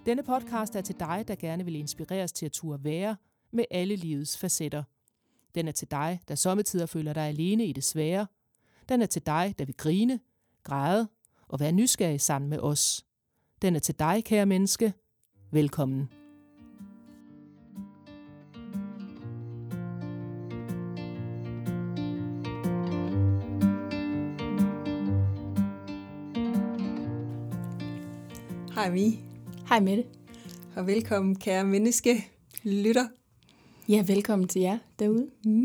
Denne podcast er til dig, der gerne vil inspireres til at turde være med alle livets facetter. Den er til dig, der sommetider føler dig alene i det svære. Den er til dig, der vil grine, græde og være nysgerrig sammen med os. Den er til dig, kære menneske. Velkommen. Hej Mi. Hej Mette. Og velkommen, kære menneske, lytter. Ja, velkommen til jer derude.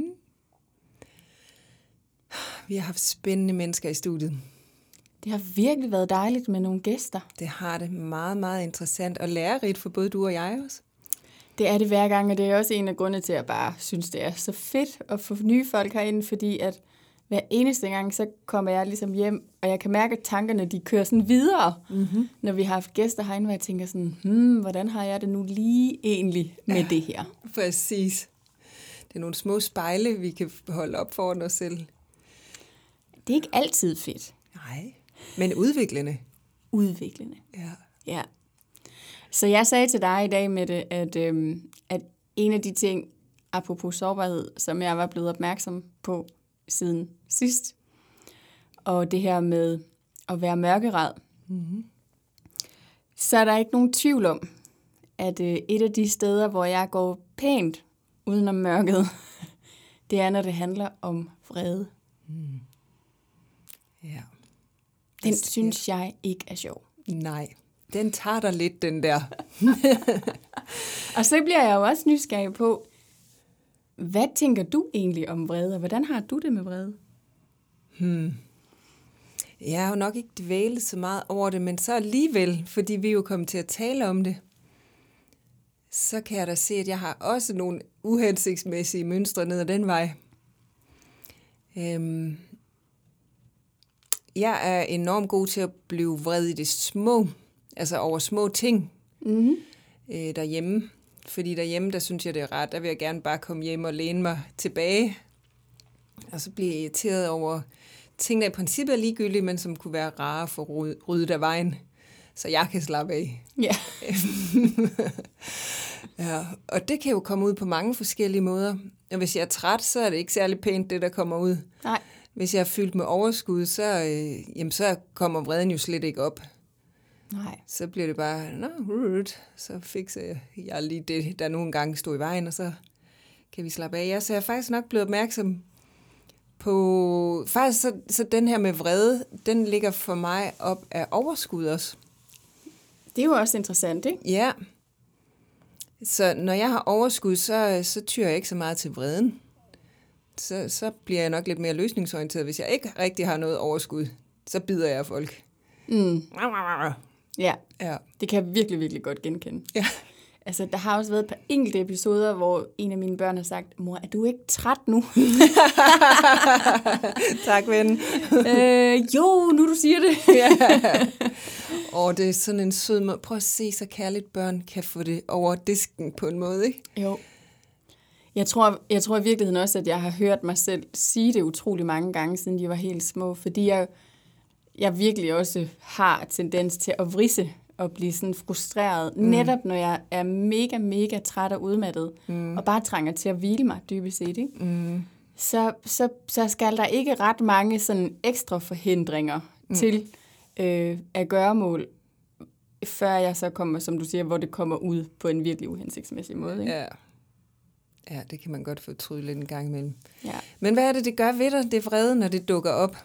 Vi har haft spændende mennesker i studiet. Det har virkelig været dejligt med nogle gæster. Det har det meget, meget interessant og lærerigt for både du og jeg også. Det er det hver gang, og det er også en af grundene til, at jeg bare synes, det er så fedt at få nye folk herinde, fordi at hver eneste gang, så kommer jeg ligesom hjem, og jeg kan mærke, at tankerne, de kører sådan videre, når vi har haft gæster herinde, hvor jeg tænker sådan, hvordan har jeg det nu lige egentlig med det her? Præcis. Det er nogle små spejle, vi kan holde op foran os selv. Det er ikke altid fedt. Nej, men udviklende. Udviklende. Ja. Så jeg sagde til dig i dag, Mette, at en af de ting, apropos sårbarhed, som jeg var blevet opmærksom på siden sidst, og det her med at være mørkeræd, så er der ikke nogen tvivl om, at et af de steder, hvor jeg går pænt udenom mørket, det er, når det handler om vrede. Ja. Den synes jeg ikke er sjov. Nej, den tager dig lidt, den der. Og så bliver jeg jo også nysgerrig på, hvad tænker du egentlig om vrede, og hvordan har du det med vrede? Jeg har jo nok ikke dvælet så meget over det, men så alligevel, fordi vi er jo kommet til at tale om det, så kan jeg da se, at jeg har også nogle uhensigtsmæssige mønstre ned ad den vej. Jeg er enormt god til at blive vred i det små, altså over små ting derhjemme. Fordi derhjemme, der synes jeg, det er ret. Der vil jeg gerne bare komme hjem og læne mig tilbage. Og så bliver jeg irriteret over ting, der i princippet er ligegyldige, men som kunne være rare for ryddet af vejen. Så jeg kan slappe af. Ja. Ja, og det kan jo komme ud på mange forskellige måder. Og hvis jeg er træt, så er det ikke særlig pænt, det der kommer ud. Nej. Hvis jeg er fyldt med overskud, så kommer vreden jo slet ikke op. Nej. Så bliver det bare, så fikser jeg lige det, der nogle gange stod i vejen, og så kan vi slappe af. Ja, så jeg er faktisk nok blevet opmærksom på, faktisk så den her med vrede, den ligger for mig op af overskud også. Det er jo også interessant, ikke? Ja. Så når jeg har overskud, så tyrer jeg ikke så meget til vreden. Så bliver jeg nok lidt mere løsningsorienteret. Hvis jeg ikke rigtig har noget overskud, så bider jeg folk. Ja, Ja. det kan jeg virkelig, virkelig godt genkende. Ja. Altså, der har også været et par enkelte episoder, hvor en af mine børn har sagt, mor, er du ikke træt nu? Tak, ven. Jo, nu du siger det. Ja. Det er sådan en sød måde. Prøv at se, så kærligt børn kan få det over disken på en måde, ikke? Jo. Jeg tror i virkeligheden også, at jeg har hørt mig selv sige det utrolig mange gange, siden de var helt små, fordi jeg virkelig også har tendens til at vrisse og blive sådan frustreret, netop når jeg er mega, mega træt og udmattet, og bare trænger til at hvile mig dybest set, ikke? Så skal der ikke ret mange sådan ekstra forhindringer til at gøre mål, før jeg så kommer, som du siger, hvor det kommer ud på en virkelig uhensigtsmæssig måde, ikke? Ja. Ja, det kan man godt fortryde lidt en gang imellem. Ja. Men hvad er det gør ved dig, det vrede, når det dukker op?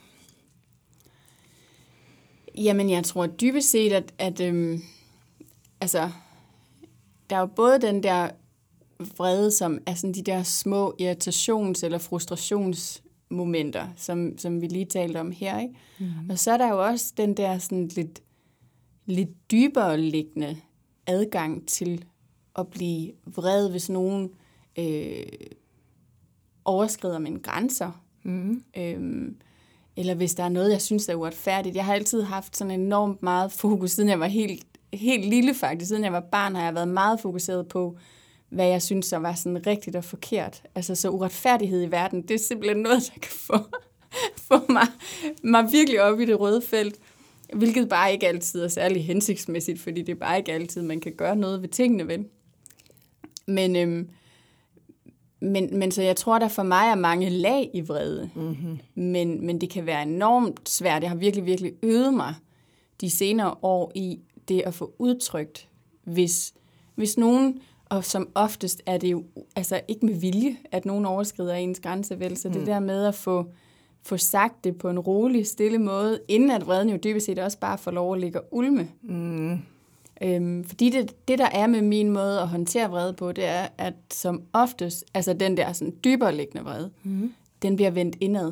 Jamen, jeg tror dybest set, at altså, der er jo både den der vrede, som er sådan de der små irritations- eller frustrationsmomenter, som vi lige talte om her, ikke? Og så er der jo også den der sådan lidt dybere liggende adgang til at blive vred, hvis nogen overskrider mine grænser. Eller hvis der er noget, jeg synes er uretfærdigt. Jeg har altid haft sådan enormt meget fokus, siden jeg var helt lille faktisk. Siden jeg var barn, har jeg været meget fokuseret på, hvad jeg synes, så var sådan rigtigt og forkert. Altså så uretfærdighed i verden, det er simpelthen noget, der kan få mig virkelig op i det røde felt. Hvilket bare ikke altid er særlig hensigtsmæssigt, fordi det er bare ikke altid, man kan gøre noget ved tingene, vel? Men så jeg tror, der for mig er mange lag i vrede. Mm-hmm. Men det kan være enormt svært. Jeg har virkelig, virkelig øvet mig de senere år i det at få udtrykt, hvis nogen, og som oftest er det jo altså ikke med vilje, at nogen overskrider ens grænse, vel? Så det der med at få sagt det på en rolig, stille måde, inden at vreden jo dybest set også bare får lov at ligge og ulme. Mm. Fordi det, der er med min måde at håndtere vrede på, det er, at som oftest, altså den der sådan dybere liggende vrede, den bliver vendt indad.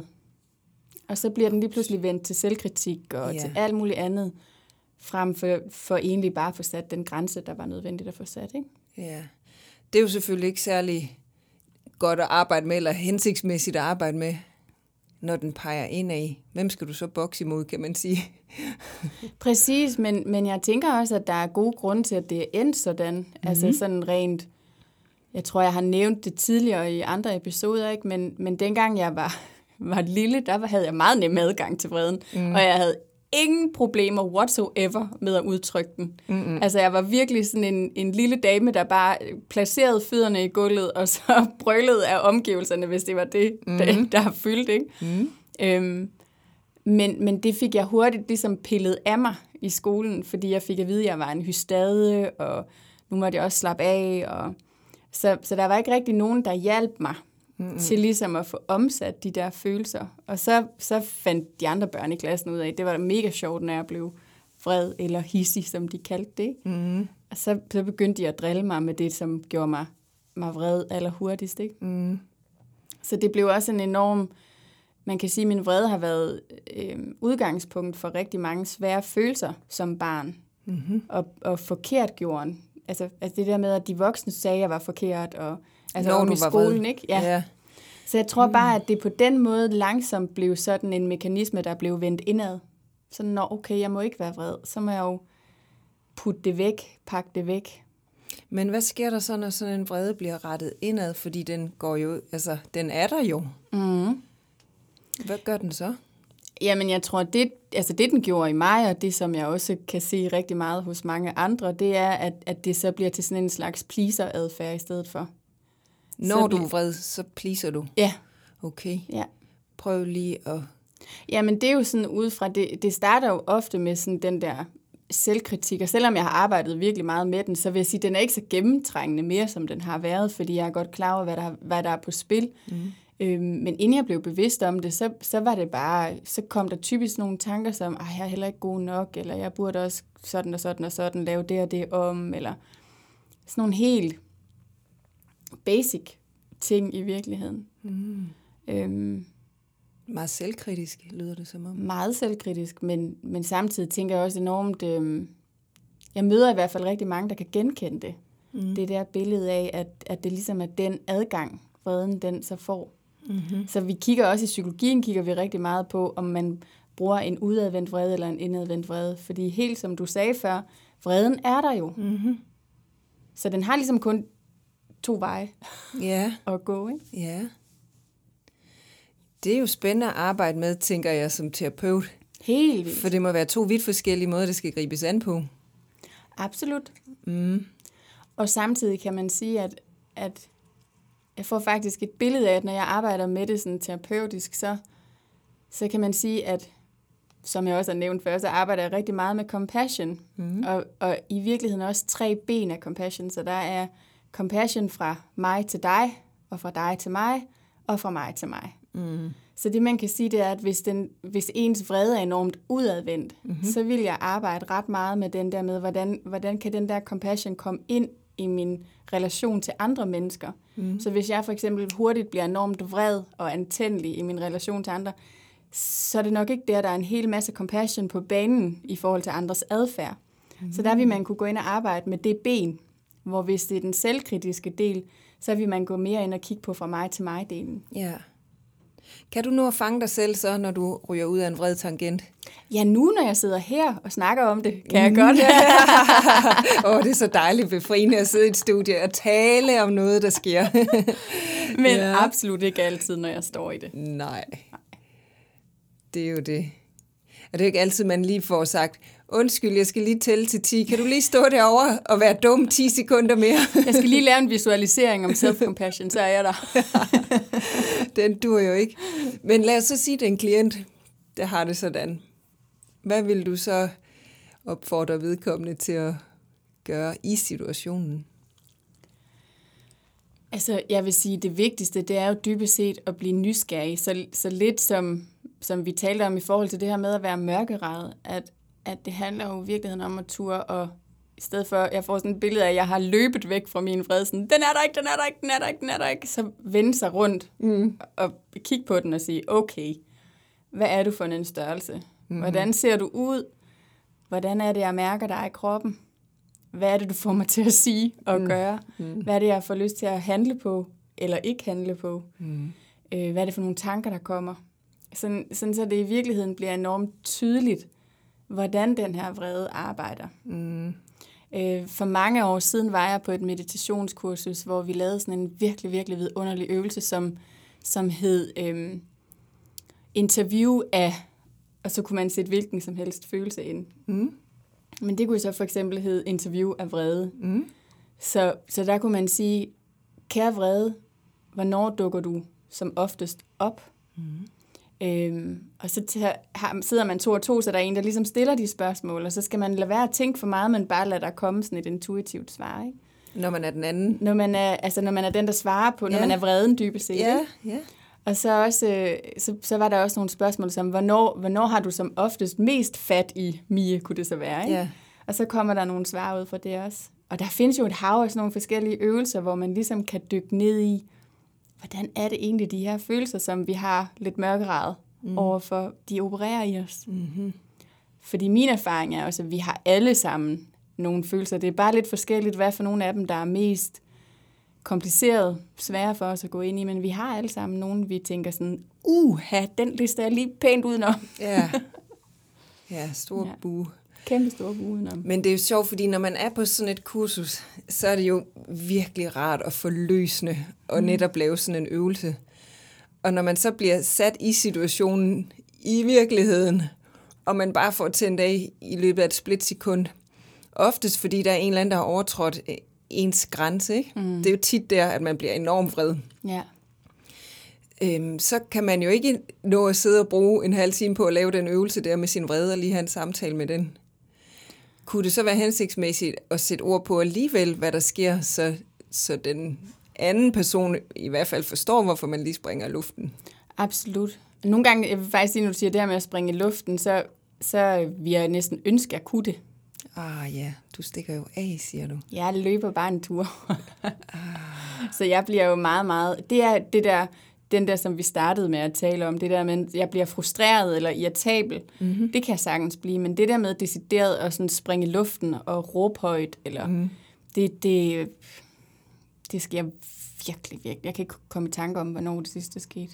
Og så bliver den lige pludselig vendt til selvkritik og til alt muligt andet, frem for egentlig bare at få sat den grænse, der var nødvendigt at få sat, ikke? Ja, det er jo selvfølgelig ikke særlig godt at arbejde med, eller hensigtsmæssigt at arbejde med, når den peger indad. Hvem skal du så bokse imod, kan man sige? Præcis, men jeg tænker også, at der er gode grunde til, at det er endt sådan. Mm-hmm. Altså sådan rent, jeg tror, jeg har nævnt det tidligere i andre episoder, ikke? Men dengang jeg var lille, der havde jeg meget nem adgang til vreden. Og jeg havde ingen problemer whatsoever med at udtrykke den. Mm-hmm. Altså, jeg var virkelig sådan en lille dame, der bare placerede fødderne i gulvet, og så brølede af omgivelserne, hvis det var det, der fyldte, ikke? Mm. Men det fik jeg hurtigt ligesom pillet af mig i skolen, fordi jeg fik at vide, at jeg var en hystade, og nu måtte jeg også slappe af. Så der var ikke rigtig nogen, der hjalp mig til ligesom at få omsat de der følelser. Og så fandt de andre børn i klassen ud af, at det var mega sjovt, når jeg blev vred eller hissig, som de kaldte det. Mm. Og så begyndte de at drille mig med det, som gjorde mig vred allerhurtigst. Ikke? Mm. Så det blev også en enorm... Man kan sige, at min vrede har været udgangspunkt for rigtig mange svære følelser som barn. Mm-hmm. Og forkert gjorde. Altså det der med, at de voksne sagde, at jeg var forkert, og altså om i skolen, ikke? Ja. Så jeg tror bare, at det på den måde langsomt blev sådan en mekanisme, der blev vendt indad. Sådan, når okay, jeg må ikke være vred, så må jeg jo putte det væk, pakke det væk. Men hvad sker der så, når sådan en vrede bliver rettet indad? Fordi den går jo, altså den er der jo. Mm. Hvad gør den så? Jamen, jeg tror, det den gjorde i mig, og det, som jeg også kan se rigtig meget hos mange andre, det er, at det så bliver til sådan en slags pleaser-adfærd i stedet for. Når du er vred, så pleaser du? Ja. Okay. Ja. Prøv lige at... Jamen, det er jo sådan ud fra, det starter jo ofte med sådan den der selvkritik, og selvom jeg har arbejdet virkelig meget med den, så vil jeg sige, at den er ikke så gennemtrængende mere, som den har været, fordi jeg er godt klar over, hvad der er på spil. Mm. Men inden jeg blev bevidst om det, så var det bare, så kom der typisk nogle tanker som, jeg er heller ikke god nok, eller jeg burde også sådan og sådan og sådan lave det og det om, eller sådan nogle helt basic ting i virkeligheden. Mm. Meget selvkritisk lyder det som om. Meget selvkritisk, men samtidig tænker jeg også enormt, jeg møder i hvert fald rigtig mange, der kan genkende det. Mm. Det der billede af, at det ligesom er den adgang, vreden den så får. Mm-hmm. Så vi kigger også i psykologien, kigger vi rigtig meget på, om man bruger en udadvendt vrede eller en indadvendt vrede. Fordi helt som du sagde før, vreden er der jo. Mm-hmm. Så den har ligesom kun 2 veje at gå, ikke? Ja. Det er jo spændende at arbejde med, tænker jeg, som terapeut. Helt vildt. For det må være 2 vidt forskellige måder, det skal gribes an på. Absolut. Mm. Og samtidig kan man sige, at jeg får faktisk et billede af, at når jeg arbejder med det sådan terapeutisk, så kan man sige, at som jeg også har nævnt før, så arbejder jeg rigtig meget med compassion. Mm. Og i virkeligheden også 3 ben af compassion. Så der er compassion fra mig til dig, og fra dig til mig, og fra mig til mig. Mm. Så det man kan sige, det er, at hvis ens vrede er enormt udadvendt, så vil jeg arbejde ret meget med den der med, hvordan kan den der compassion komme ind i min relation til andre mennesker. Mm. Så hvis jeg for eksempel hurtigt bliver enormt vred og antændelig i min relation til andre, så er det nok ikke der er en hel masse compassion på banen i forhold til andres adfærd. Mm. Så der vil man kunne gå ind og arbejde med det ben, hvor hvis det er den selvkritiske del, så vil man gå mere ind og kigge på fra mig til mig-delen. Ja. Kan du nå at fange dig selv så, når du ryger ud af en vred tangent? Ja, nu når jeg sidder her og snakker om det, kan jeg godt. Det er så dejligt befriende at sidde i et studie og tale om noget, der sker. Men absolut ikke altid, når jeg står i det. Nej. Det er jo det. det er ikke altid, man lige får sagt, undskyld, jeg skal lige tælle til 10. Kan du lige stå derovre og være dum 10 sekunder mere? Jeg skal lige lave en visualisering om self-compassion, så er jeg der. Den dur jo ikke. Men lad os så sige, at det er en klient, der har det sådan. Hvad vil du så opfordre vedkommende til at gøre i situationen? Altså, jeg vil sige, det vigtigste, det er jo dybest set at blive nysgerrig. Så lidt som vi talte om i forhold til det her med at være mørkeret, at det handler jo i virkeligheden om at ture, og i stedet for, jeg får sådan et billede af, at jeg har løbet væk fra min vrede, sådan, den er der ikke, den er der ikke, den er der ikke, den er der ikke, så vende sig rundt og kigge på den og sige, okay, hvad er du for en størrelse? Hvordan ser du ud? Hvordan er det, jeg mærker dig i kroppen? Hvad er det, du får mig til at sige og gøre? Hvad er det, jeg får lyst til at handle på, eller ikke handle på? Hvad er det for nogle tanker, der kommer? Sådan så det i virkeligheden bliver enormt tydeligt, hvordan den her vrede arbejder. For mange år siden var jeg på et meditationskursus, hvor vi lavede sådan en virkelig, virkelig vidunderlig øvelse, som hed interview af, og så kunne man sætte hvilken som helst følelse ind. Men det kunne så for eksempel hedde interview af vrede. Så der kunne man sige, kære vrede, hvornår dukker du som oftest op? Og så sidder man 2 og 2, så der er en, der ligesom stiller de spørgsmål, og så skal man lade være at tænke for meget, men bare lade der komme sådan et intuitivt svar, ikke? Når man er den anden? Når man er den, der svarer på, når man er vreden dybest set. Ja. Og så også, så var der også nogle spørgsmål som, hvornår har du som oftest mest fat i Mie, kunne det så være, ikke? Ja. Og så kommer der nogle svar ud fra det også. Og der findes jo et hav af sådan nogle forskellige øvelser, hvor man ligesom kan dykke ned i, hvordan er det egentlig de her følelser, som vi har lidt mørkeret overfor, de opererer i os. Fordi min erfaring er også, at vi har alle sammen nogle følelser. Det er bare lidt forskelligt, hvad for nogle af dem, der er mest kompliceret, svære for os at gå ind i, men vi har alle sammen nogle, vi tænker sådan, den lister jeg lige pænt udenom. Ja, stor bue. Kæmpe stor bue udenom. Men det er jo sjovt, fordi når man er på sådan et kursus, så er det jo virkelig rart at forløsende og netop lave sådan en øvelse. Og når man så bliver sat i situationen i virkeligheden, og man bare får tændt af i løbet af et splitsekund, oftest fordi der er en eller anden, der har overtrådt ens grænse, ikke? Det er jo tit der, at man bliver enormt vred. Ja. Så kan man jo ikke nå at sidde og bruge en halv time på at lave den øvelse der med sin vrede og lige have en samtale med den. Kunne det så være hensigtsmæssigt at sætte ord på alligevel, hvad der sker, så den anden person i hvert fald forstår, hvorfor man lige springer i luften? Absolut. Nogle gange, jeg vil faktisk sige, når du siger det her med at springe i luften, så vil jeg næsten ønske, at jeg kunne det. Ja, du stikker jo af, siger du. Jeg løber bare en tur. Så jeg bliver jo meget, meget... Det er det der, den der, som vi startede med at tale om, det der med, at jeg bliver frustreret eller irritabel. Det kan jeg sagtens blive, men det der med decideret at sådan springe i luften og råbe højt, eller det skal jeg virkelig. Jeg kan ikke komme i tanke om, hvornår det sidste skete.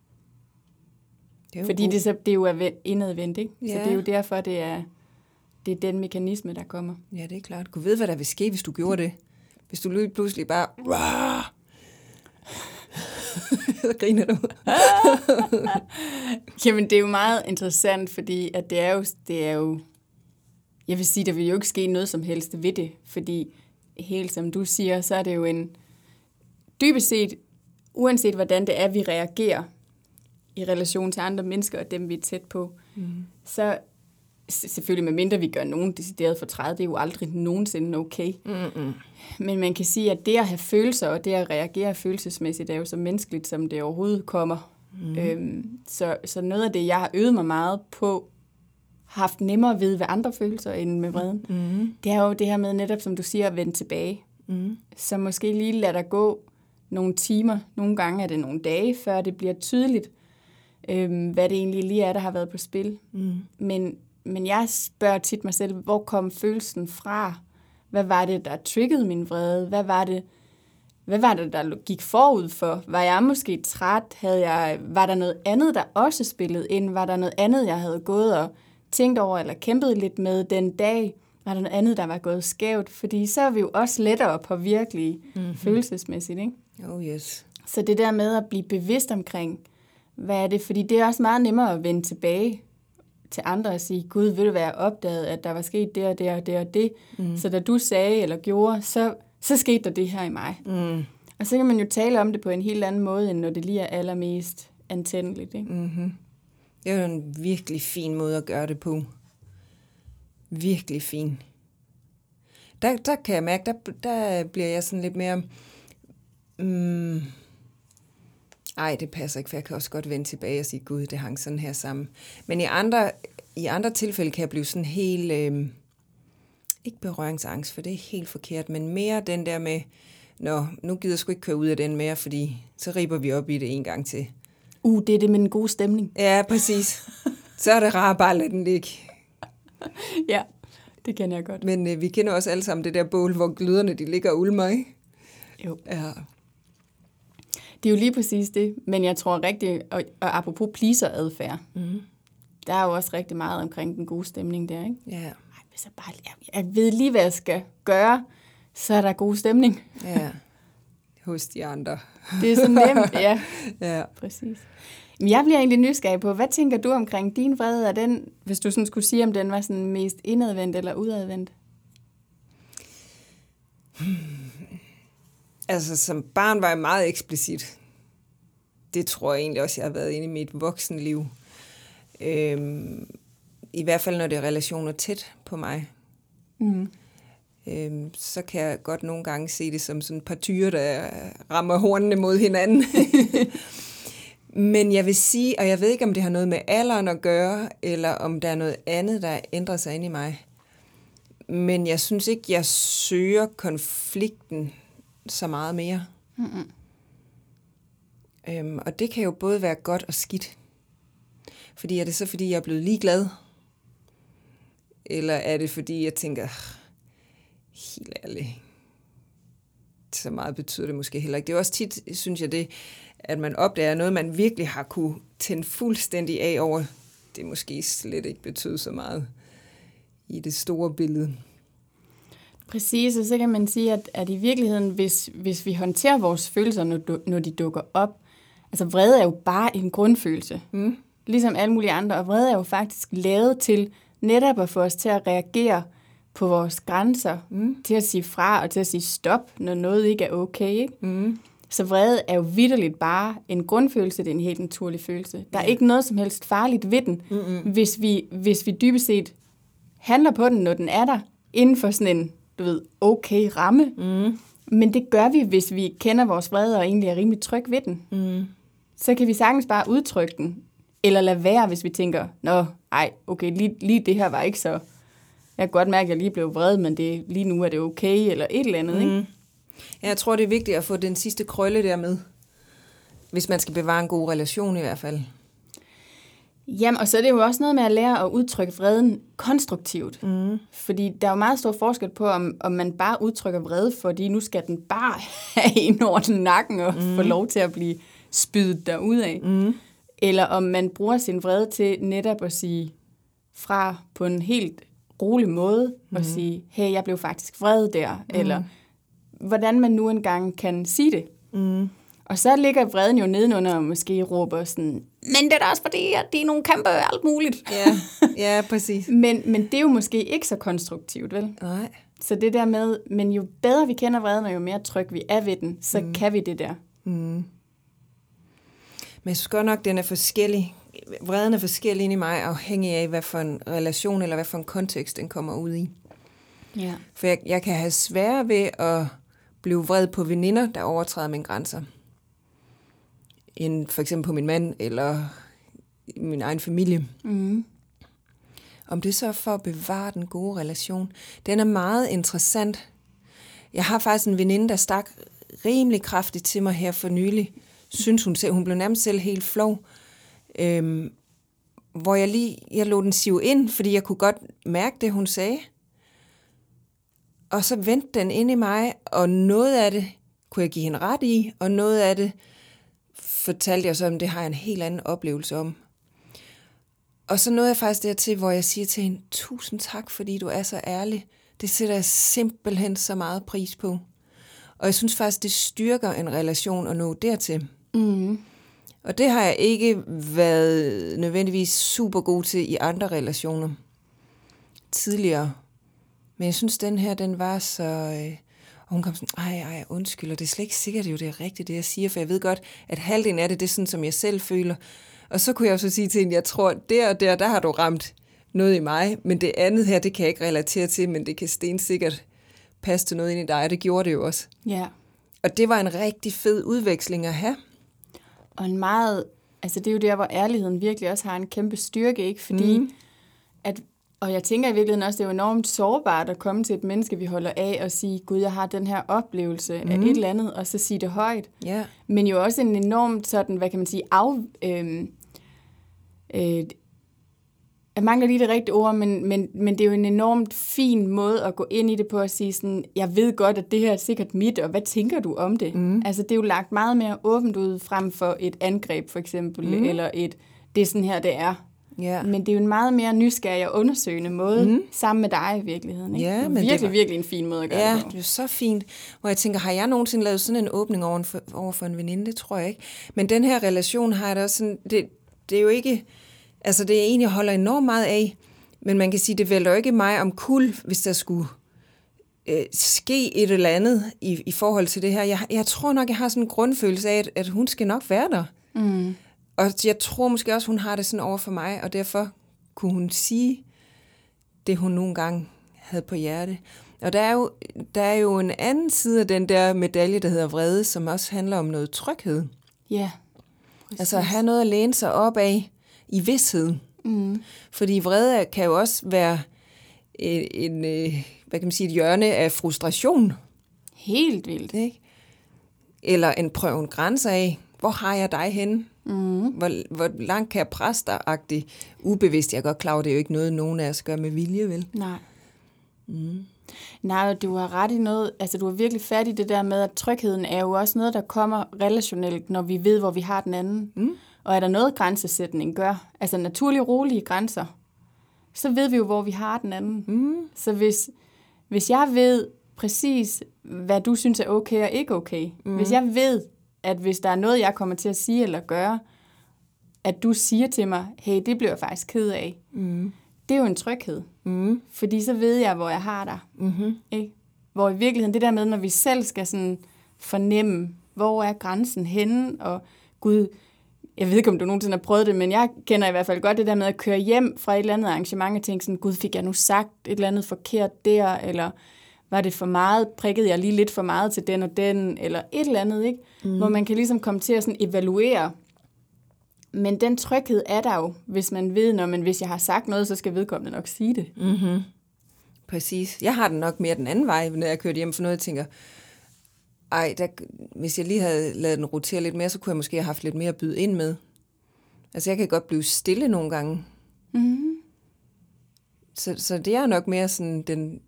Fordi det er jo indadvendt, ikke? Ja. Så det er jo derfor, det er den mekanisme, der kommer. Ja, det er klart. Du ved, hvad der vil ske, hvis du gjorde det. Hvis du lige pludselig bare... Så griner du. Jamen, det er jo meget interessant, fordi at det er jo... Jeg vil sige, der vil jo ikke ske noget som helst ved det, fordi helt som du siger, så er det jo en... Dybest set, uanset hvordan det er, vi reagerer i relation til andre mennesker og dem, vi er tæt på, så selvfølgelig med mindre vi gør nogen decideret fortræd, det er jo aldrig nogensinde okay. Men man kan sige, at det at have følelser og det at reagere følelsesmæssigt er jo så menneskeligt, som det overhovedet kommer. Så noget af det, jeg har øvet mig meget på, haft nemmere ved ved andre følelser end med vreden, det er jo det her med netop, som du siger, at vende tilbage. Så måske lige lade der gå nogle timer, nogle gange er det nogle dage, før det bliver tydeligt, hvad det egentlig lige er, der har været på spil. Men jeg spørger tit mig selv, hvor kom følelsen fra? Hvad var det, der triggede min vrede? Hvad var det, der gik forud for? Var jeg måske træt? Var der noget andet, der også spillede ind? Var der noget andet, jeg havde gået og tænkt over eller kæmpet lidt med den dag? Var der noget andet, der var gået skævt? Fordi så er vi jo også lettere på virkelig følelsesmæssigt, ikke? Oh yes. Så det der med at blive bevidst omkring, hvad er det? Fordi det er også meget nemmere at vende tilbage. til andre og sige, Gud, vil du være opdaget, at der var sket det og det og det og det. Så da du sagde eller gjorde, så skete der det her i mig. Og så kan man jo tale om det på en helt anden måde, end når det lige er allermest antændeligt. Ikke? Mm-hmm. Det er jo en virkelig fin måde at gøre det på. Virkelig fin. Der kan jeg mærke, der bliver jeg sådan lidt mere... Ej, det passer ikke, for jeg kan også godt vende tilbage og sige, Gud, det hang sådan her sammen. Men i andre tilfælde kan jeg blive sådan helt... ikke berøringsangst, for det er helt forkert, men mere den der med, nu gider jeg sgu ikke køre ud af den mere, fordi så riber vi op i det en gang til. Det er det med en god stemning. Ja, præcis. Så er det rart bare at lade den ligge. Ja, det kender jeg godt. Men vi kender også alle sammen det der bål, hvor gløderne de ligger og ulmer, ikke? Jo. Ja. Det er jo lige præcis det, men jeg tror rigtigt, og apropos pleaser-adfærd, der er jo også rigtig meget omkring den gode stemning der, ikke? Ja. Hvis jeg ved lige, hvad jeg skal gøre, så er der god stemning. Ja, hos de andre. Det er så nemt, ja. Ja. Præcis. Men jeg bliver egentlig nysgerrig på, hvad tænker du omkring din vrede? Er den, hvis du sådan skulle sige, om den var sådan mest indadvendt eller udadvendt? Altså, som barn var jeg meget eksplicit. Det tror jeg egentlig også, jeg har været inde i mit voksenliv. I hvert fald, når det er relationer tæt på mig. Så kan jeg godt nogle gange se det som sådan et par tyre, der rammer hornene mod hinanden. Men jeg vil sige, og jeg ved ikke, om det har noget med alderen at gøre, eller om der er noget andet, der ændrer sig inde i mig. Men jeg synes ikke, jeg søger konflikten så meget mere. Og det kan jo både være godt og skidt. Fordi er det så, fordi jeg er blevet ligeglad? Eller er det, fordi jeg tænker, helt ærligt, så meget betyder det måske heller ikke. Det er også tit, synes jeg, det, at man opdager noget, man virkelig har kunne tænde fuldstændig af over, det måske slet ikke betyder så meget i det store billede. Præcis, og så kan man sige, at i virkeligheden, hvis vi håndterer vores følelser, når de dukker op, altså vrede er jo bare en grundfølelse, ligesom alle mulige andre, og vrede er jo faktisk lavet til netop at få os til at reagere på vores grænser, til at sige fra og til at sige stop, når noget ikke er okay, ikke? Så vrede er jo vitterligt bare en grundfølelse, det er en helt naturlig følelse. Der er ikke noget som helst farligt ved den, hvis vi dybest set handler på den, når den er der, inden for sådan en, okay ramme. Men det gør vi, hvis vi kender vores vrede og egentlig er rimelig tryg ved den. Så kan vi sagtens bare udtrykke den, eller lade være, hvis vi tænker, okay, lige det her var ikke så... Jeg kan godt mærke, at jeg lige blev vred, men lige nu er det okay, eller et eller andet, ikke? Jeg tror, det er vigtigt at få den sidste krølle der med, hvis man skal bevare en god relation i hvert fald. Jamen, og så er det jo også noget med at lære at udtrykke vreden konstruktivt. Fordi der er jo meget stor forskel på, om man bare udtrykker vrede, fordi nu skal den bare have en over nakken og få lov til at blive spydet derudad. Eller om man bruger sin vrede til netop at sige fra på en helt rolig måde, og sige, hey, jeg blev faktisk vred der, eller hvordan man nu engang kan sige det. Og så ligger vreden jo nedenunder og måske råber sådan, men det er da også fordi, at de er nogle kæmpe og alt muligt. Ja, præcis. men det er jo måske ikke så konstruktivt, vel? Nej. Så det der med, men jo bedre vi kender vreden, og jo mere tryg vi er ved den, så kan vi det der. Men jeg synes godt nok, den er forskellig. Vreden er forskellig inde i mig, afhængig af, hvad for en relation eller hvad for en kontekst, den kommer ud i. Ja. For jeg kan have svære ved at blive vred på veninder, der overtræder mine grænser. End for eksempel på min mand eller min egen familie. Om det så er for at bevare den gode relation. Den er meget interessant. Jeg har faktisk en veninde, der stak rimelig kraftigt til mig her for nylig. Synes hun selv, hun blev nærmest selv helt flov. Hvor jeg lod den sive ind, fordi jeg kunne godt mærke det, hun sagde. Og så vendte den ind i mig, og noget af det kunne jeg give hende ret i, og noget af det fortalte jeg så, om det har jeg en helt anden oplevelse om. Og så nåede jeg faktisk dertil, hvor jeg siger til hende, tusind tak, fordi du er så ærlig. Det sætter jeg simpelthen så meget pris på. Og jeg synes faktisk, det styrker en relation at nå dertil. Og det har jeg ikke været nødvendigvis super god til i andre relationer tidligere. Men jeg synes, den her, den var så... Og hun kom sådan, ej, undskyld, og det er slet ikke sikkert, det er rigtigt, det jeg siger, for jeg ved godt, at halvdelen af det er sådan, som jeg selv føler. Og så kunne jeg jo så sige til hende, jeg tror, der har du ramt noget i mig, men det andet her, det kan jeg ikke relatere til, men det kan stensikkert passe til noget ind i dig, og det gjorde det jo også. Ja. Og det var en rigtig fed udveksling at have. Og en meget, altså det er jo der, hvor ærligheden virkelig også har en kæmpe styrke, ikke? Fordi, og jeg tænker i virkeligheden også, det er jo enormt sårbart at komme til et menneske, vi holder af, og sige, gud, jeg har den her oplevelse af et eller andet, og så sige det højt. Ja. Men jo også en enormt sådan, hvad kan man sige, jeg mangler lige det rigtige ord, men det er jo en enormt fin måde at gå ind i det på at sige sådan, jeg ved godt, at det her er sikkert mit, og hvad tænker du om det? Altså det er jo lagt meget mere åbent ud frem for et angreb for eksempel, eller det er sådan her, det er. Ja. Men det er jo en meget mere nysgerrig og undersøgende måde, sammen med dig i virkeligheden. Ikke? Ja, det er men virkelig en fin måde at gøre det på. Ja, det er så fint. Hvor jeg tænker, har jeg nogensinde lavet sådan en åbning over for en veninde? Det tror jeg ikke. Men den her relation har jeg da også sådan, det er jo ikke, altså det er en, jeg holder enormt meget af, men man kan sige, det vælter jo ikke mig om kul, hvis der skulle ske et eller andet i forhold til det her. Jeg tror nok, jeg har sådan en grundfølelse af, at hun skal nok være der. Og jeg tror måske også, hun har det sådan over for mig, og derfor kunne hun sige det, hun nogle gange havde på hjerte. Og der er jo en anden side af den der medalje, der hedder vrede, som også handler om noget tryghed. Ja, præcis. Altså at have noget at læne sig op af i vidshed. Fordi vrede kan jo også være hvad kan man sige, et hjørne af frustration. Helt vildt. Ikke? Eller en prøven grænse af, hvor har jeg dig henne? Hvor langt kan jeg presse dig-agtigt? Ubevidst, jeg er godt klar over, det er jo ikke noget, nogen af os gør med vilje, vel? Nej. Nej, du har ret i noget. Altså, du har virkelig fat i det der med, at trygheden er jo også noget, der kommer relationelt, når vi ved, hvor vi har den anden. Og er der noget, grænsesætning gør, altså naturlig rolige grænser, så ved vi jo, hvor vi har den anden. Så hvis jeg ved præcis, hvad du synes er okay og ikke okay, hvis jeg ved, at hvis der er noget, jeg kommer til at sige eller gøre, at du siger til mig, hey, det bliver jeg faktisk ked af. Det er jo en tryghed. Fordi så ved jeg, hvor jeg har dig. Ikke? Hvor i virkeligheden, det der med, når vi selv skal sådan fornemme, hvor er grænsen henne, og Gud, jeg ved ikke, om du nogensinde har prøvet det, men jeg kender i hvert fald godt det der med at køre hjem fra et eller andet arrangement og tænke sådan, Gud, fik jeg nu sagt et eller andet forkert der, eller var det for meget, prikkede jeg lige lidt for meget til den og den, eller et eller andet, ikke? Hvor man kan ligesom komme til at sådan evaluere. Men den tryghed er der jo, hvis man ved, hvis jeg har sagt noget, så skal vedkommende nok sige det. Præcis. Jeg har den nok mere den anden vej, når jeg kørte hjem for noget, jeg tænker, hvis jeg lige havde ladet den rotere lidt mere, så kunne jeg måske have haft lidt mere at byde ind med. Altså, jeg kan godt blive stille nogle gange. Så det er nok mere sådan, den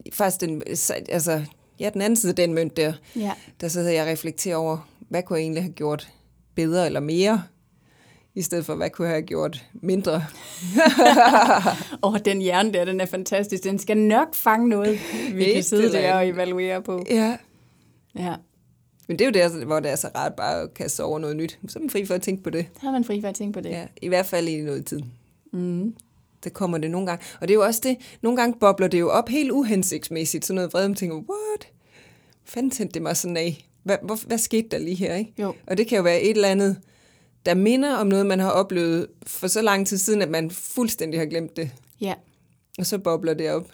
anden side af den mønt der, der sidder jeg og reflekterer over, hvad kunne jeg egentlig have gjort bedre eller mere, i stedet for, hvad kunne jeg have gjort mindre. Den hjerne der, den er fantastisk. Den skal nok fange noget, vi kan sidde der og evaluere på. Ja. Ja. Men det er jo der, hvor det er så rart bare at kaste over noget nyt. Så er man fri for at tænke på det. Så er man fri for at tænke på det. Ja, i hvert fald i noget tid. Det kommer det nogle gange. Og det er jo også det, nogle gange bobler det jo op helt uhensigtsmæssigt. Sådan noget vrede, man tænker, what? Fanden tændte det mig sådan af? Hvad skete der lige her, ikke? Jo. Og det kan jo være et eller andet, der minder om noget, man har oplevet for så lang tid siden, at man fuldstændig har glemt det. Ja. Og så bobler det op.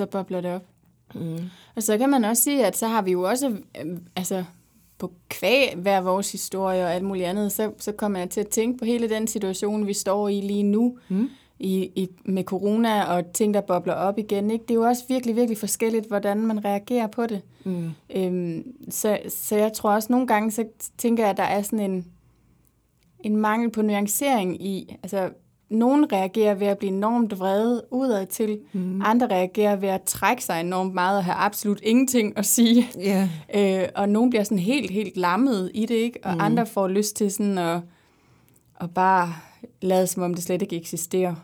Og så kan man også sige, at så har vi jo også, på kvæg hver vores historie og alt muligt andet, så kommer jeg til at tænke på hele den situation, vi står i lige nu, med corona og ting, der bobler op igen. Ikke? Det er jo også virkelig, virkelig forskelligt, hvordan man reagerer på det. Så jeg tror også, nogle gange, så tænker jeg, at der er sådan en mangel på nuancering i, altså nogen reagerer ved at blive enormt vrede udad til, andre reagerer ved at trække sig enormt meget og have absolut ingenting at sige. Og nogen bliver sådan helt, helt lammet i det, ikke? Og andre får lyst til sådan at bare lade som om det slet ikke eksisterer.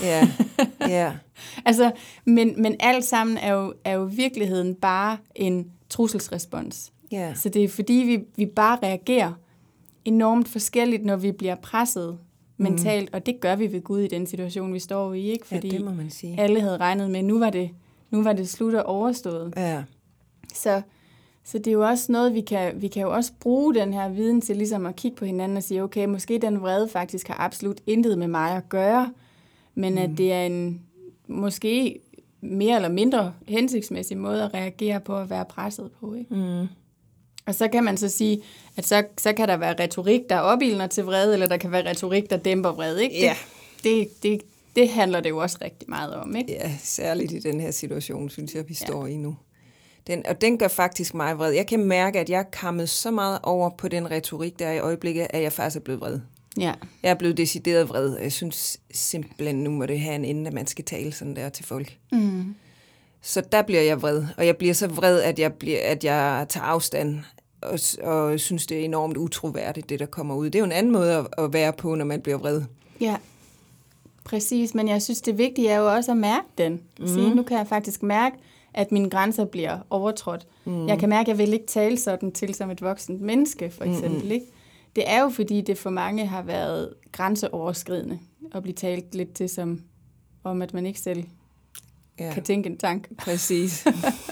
Altså, men alt sammen er jo i virkeligheden bare en trusselsrespons. Så det er fordi, vi bare reagerer enormt forskelligt, når vi bliver presset mentalt, og det gør vi ved Gud i den situation, vi står i, ikke? Fordi det må man sige. alle havde regnet med, nu var det slut og overstået. Ja. Så det er jo også noget, vi kan jo også bruge den her viden til ligesom at kigge på hinanden og sige, okay, måske den vrede faktisk har absolut intet med mig at gøre, men at det er en måske mere eller mindre hensigtsmæssig måde at reagere på at være presset på, ikke? Mm. Og så kan man så sige, at så kan der være retorik, der opildner til vrede, eller der kan være retorik, der dæmper vrede, ikke? Ja. Det handler det jo også rigtig meget om, ikke? Ja, særligt i den her situation, synes jeg, vi står i nu. Den gør faktisk mig vred. Jeg kan mærke, at jeg er kammet så meget over på den retorik, der er i øjeblikket, at jeg faktisk er blevet vred. Ja. Jeg er blevet decideret vred, og jeg synes simpelthen, nu må det have en ende, at man skal tale sådan der til folk. Mm. Så der bliver jeg vred, og jeg bliver så vred, at jeg tager afstand, og synes, det er enormt utroværdigt, det der kommer ud. Det er jo en anden måde at være på, når man bliver vred. Ja, præcis. Men jeg synes, det vigtige er jo også at mærke den. Sige, nu kan jeg faktisk mærke, at mine grænser bliver overtrådt. Jeg kan mærke, at jeg vil ikke tale sådan til som et voksent menneske, for eksempel. Ikke? Det er jo, fordi det for mange har været grænseoverskridende at blive talt lidt til som om, at man ikke selv kan tænke en tanke. Præcis.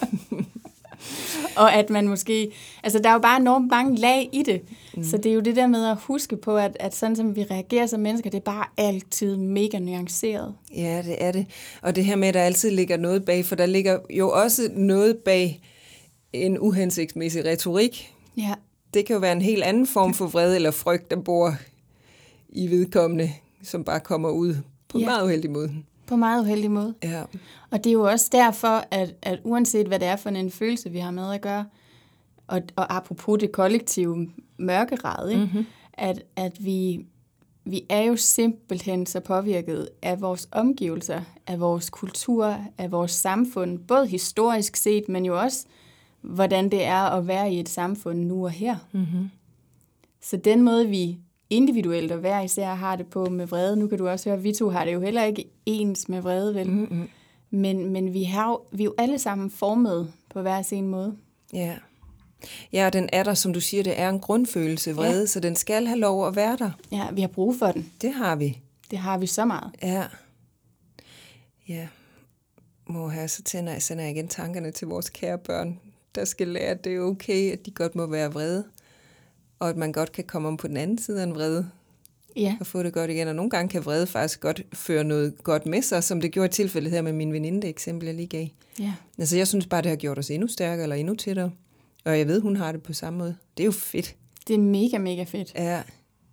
Og at man måske... Altså, der er jo bare enormt mange lag i det. Så det er jo det der med at huske på, at sådan som vi reagerer som mennesker, det er bare altid mega nuanceret. Ja, det er det. Og det her med, at der altid ligger noget bag, for der ligger jo også noget bag en uhensigtsmæssig retorik. Ja. Det kan jo være en helt anden form for vrede eller frygt, der bor i vedkommende, som bare kommer ud på en meget uheldig måde. På en meget uheldig måde. Ja. Og det er jo også derfor, at uanset hvad det er for en følelse, vi har med at gøre, og apropos det kollektive mørkerad, ikke? At vi er jo simpelthen så påvirket af vores omgivelser, af vores kultur, af vores samfund, både historisk set, men jo også, hvordan det er at være i et samfund nu og her. Så den måde, vi individuelt og hver især har det på med vrede, nu kan du også høre, at vi to har det jo heller ikke ens med vrede, vel? Men vi er jo alle sammen formet på hver sin måde. Ja. Ja, og den er der, som du siger, det er en grundfølelse, vrede, så den skal have lov at være der. Ja, vi har brug for den. Det har vi. Det har vi så meget. Ja. Ja. Så sender jeg igen tankerne til vores kære børn, der skal lære, at det er okay, at de godt må være vrede, og at man godt kan komme om på den anden side af en vrede, og få det godt igen. Og nogle gange kan vrede faktisk godt føre noget godt med sig, som det gjorde i tilfældet her med min veninde, det eksempel, jeg lige gav. Ja. Altså, jeg synes bare, det har gjort os endnu stærkere eller endnu tættere. Og jeg ved, hun har det på samme måde. Det er jo fedt. Det er mega, mega fedt. Ja.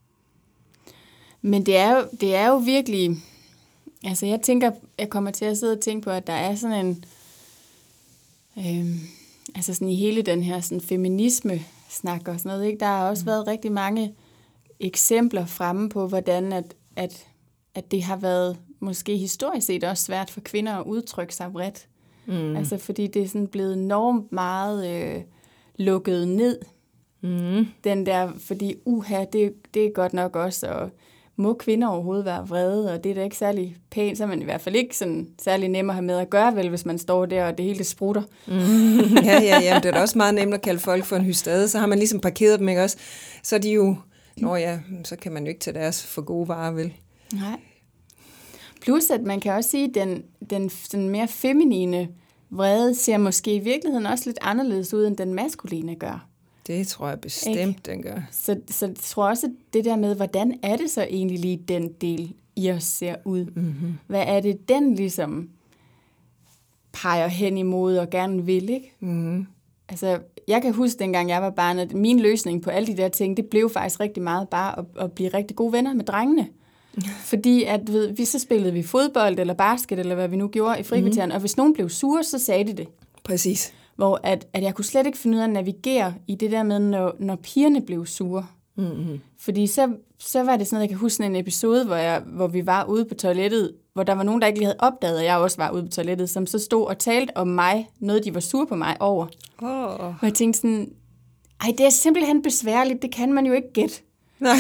Men det er jo virkelig... Altså, jeg kommer til at sidde og tænke på, at der er sådan en... altså sådan i hele den her sådan feminisme-snak og sådan noget, ikke? Der har også været rigtig mange eksempler fremme på, hvordan at det har været måske historisk set også svært for kvinder at udtrykke sig vredt. Altså, fordi det er sådan blevet enormt meget lukket ned. Den der, fordi det er godt nok også, og må kvinder overhovedet være vrede, og det er da ikke særlig pænt, så er man i hvert fald ikke sådan særlig nem at have med at gøre, vel, hvis man står der, og det hele sprutter. Ja, det er da også meget nemt at kalde folk for en hystade, så har man ligesom parkeret dem, ikke også? Så er de jo, så kan man jo ikke tage deres for gode varer, vel? Nej. Plus, at man kan også sige, at den sådan mere feminine vrede ser måske i virkeligheden også lidt anderledes ud, end den maskuline gør. Det tror jeg bestemt, den gør. Så jeg tror også, det der med, hvordan er det så egentlig lige den del i os ser ud? Hvad er det, den ligesom peger hen imod og gerne vil, ikke? Altså, jeg kan huske, dengang jeg var barn, at min løsning på alle de der ting, det blev faktisk rigtig meget bare at blive rigtig gode venner med drengene. Fordi at, så spillede vi fodbold eller basket, eller hvad vi nu gjorde i frikvarteren, og hvis nogen blev sure, så sagde de det. Præcis. Hvor at jeg kunne slet ikke finde ud af at navigere i det der med, når pigerne blev sure. Fordi så var det sådan, at jeg kan huske en episode, hvor vi var ude på toilettet, hvor der var nogen, der ikke lige havde opdaget, at jeg også var ude på toilettet, som så stod og talte om mig, noget de var sure på mig over. Hvor jeg tænkte sådan, det er simpelthen besværligt, det kan man jo ikke gætte. Nej.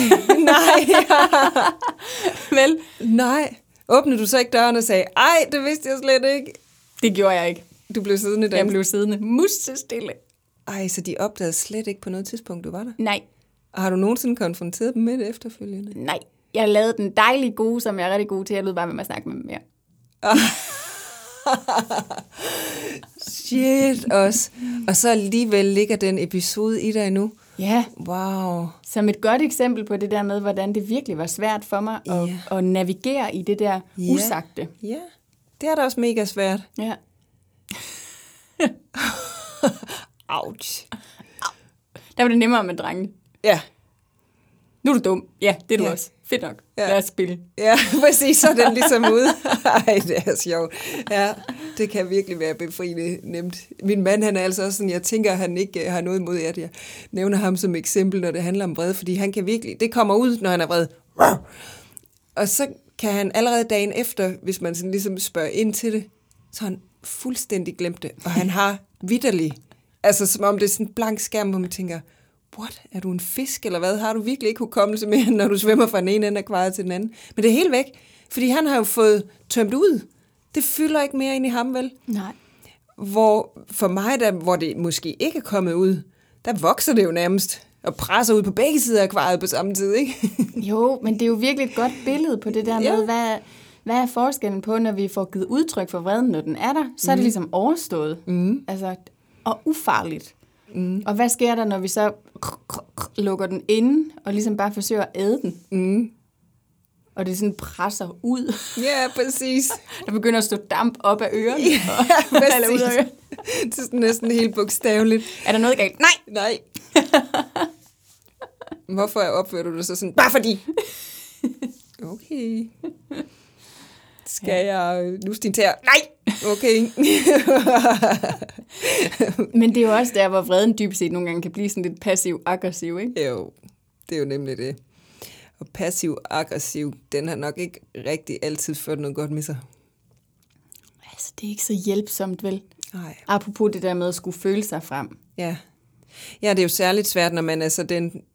Vel? Nej. Åbnede du så ikke døren og sagde, det vidste jeg slet ikke? Det gjorde jeg ikke. Du blev siddende der? Jeg blev siddende musestille. Så de opdagede slet ikke på noget tidspunkt, du var der? Nej. Har du nogensinde konfronteret dem med det efterfølgende? Nej, jeg lavede den dejlige gode, som jeg er rigtig god til. Jeg lød bare med at snakke med dem mere. Shit også. Og så alligevel ligger den episode i dig nu. Ja. Wow. Som et godt eksempel på det der med, hvordan det virkelig var svært for mig at navigere i det der usagte. Ja, det er da også mega svært. Ja. Ouch. Der var det nemmere med drengene. Ja. Nu er du dum. Ja, det er du også. Fedt nok. Ja. Lad os spille. Ja, præcis, så er den ligesom ude. Ej, det er sjovt. Ja, det kan virkelig være befriende nemt. Min mand, han er altså også sådan, jeg tænker, at han ikke har noget imod, at jeg nævner ham som eksempel, når det handler om vrede, fordi han kan virkelig, det kommer ud, når han er vred. Og så kan han allerede dagen efter, hvis man sådan ligesom spørger ind til det, så har han fuldstændig glemt det, og han har vitterligt, altså som om det er sådan en blank skærm, hvor man tænker, what? Er du en fisk, eller hvad? Har du virkelig ikke hukommelse mere, når du svømmer fra den ene ende af akvariet til den anden? Men det er helt væk, fordi han har jo fået tømt ud. Det fylder ikke mere ind i ham, vel? Nej. Hvor for mig, der, hvor det måske ikke er kommet ud, der vokser det jo nærmest og presser ud på begge sider af akvariet på samme tid, ikke? Jo, men det er jo virkelig et godt billede på det der med, hvad er forskellen på, når vi får givet udtryk for vreden, når den er der? Så er det ligesom overstået. Altså, og ufarligt. Og hvad sker der, når vi så lukker den inde, og ligesom bare forsøger at æde den? Og det sådan presser ud. Ja, præcis. Der begynder at stå damp op af ørerne. Ja, Eller ud af ørerne. Det er sådan næsten helt bogstaveligt. Er der noget galt? Nej! Hvorfor opfører du det så sådan? Bare fordi! Okay. Skal jeg nu din tæer? Nej! Okay. Men det er jo også der, hvor vreden dybest set nogle gange kan blive sådan lidt passiv-aggressiv, ikke? Jo, det er jo nemlig det. Og passiv-aggressiv, den har nok ikke rigtig altid ført noget godt med sig. Altså, det er ikke så hjælpsomt, vel? Nej. Apropos det der med at skulle føle sig frem. Ja. Ja, det er jo særligt svært, når man altså